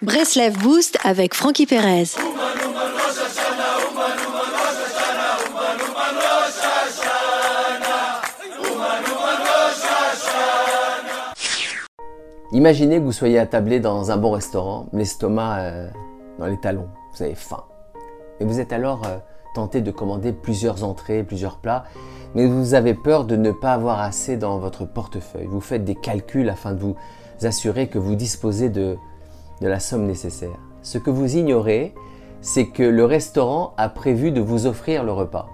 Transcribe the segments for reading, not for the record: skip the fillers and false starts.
Breslev Boost avec Francky Perez. Imaginez que vous soyez attablé dans un bon restaurant, l'estomac dans les talons, vous avez faim. Et vous êtes alors tenté de commander plusieurs entrées, plusieurs plats, mais vous avez peur de ne pas avoir assez dans votre portefeuille. Vous faites des calculs afin de vous assurer que vous disposez de la somme nécessaire. Ce que vous ignorez, c'est que le restaurant a prévu de vous offrir le repas.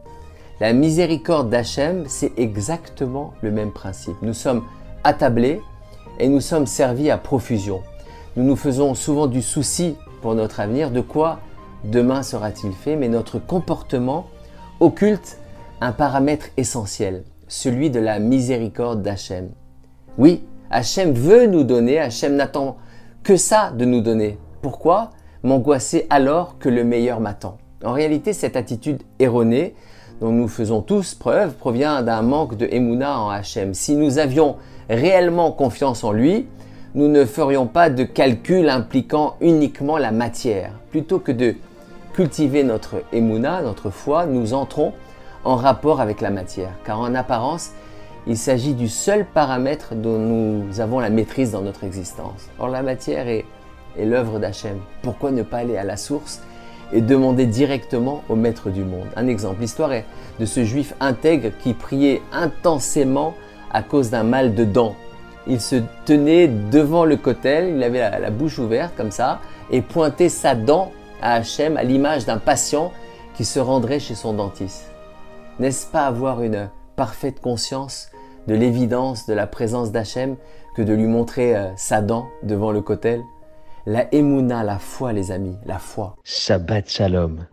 La miséricorde d'Hachem, c'est exactement le même principe. Nous sommes attablés et nous sommes servis à profusion. Nous nous faisons souvent du souci pour notre avenir, de quoi demain sera-t-il fait, mais notre comportement occulte un paramètre essentiel, celui de la miséricorde d'Hachem. Oui, Hachem veut nous donner, Hachem n'attend que ça de nous donner. Pourquoi m'angoisser alors que le meilleur m'attend? En réalité, cette attitude erronée dont nous faisons tous preuve provient d'un manque de Emouna en Hachem. Si nous avions réellement confiance en lui, nous ne ferions pas de calcul impliquant uniquement la matière. Plutôt que de cultiver notre Emouna, notre foi, nous entrons en rapport avec la matière. Car en apparence, il s'agit du seul paramètre dont nous avons la maîtrise dans notre existence. Or, la matière est l'œuvre d'Hachem. Pourquoi ne pas aller à la source et demander directement au maître du monde? Un exemple, l'histoire est de ce juif intègre qui priait intensément à cause d'un mal de dents. Il se tenait devant le kotel, il avait la bouche ouverte comme ça et pointait sa dent à Hachem à l'image d'un patient qui se rendrait chez son dentiste. N'est-ce pas avoir une parfaite conscience de l'évidence de la présence d'Hachem que de lui montrer sa dent devant le kotel? La Emouna, la foi les amis, la foi. Shabbat Shalom.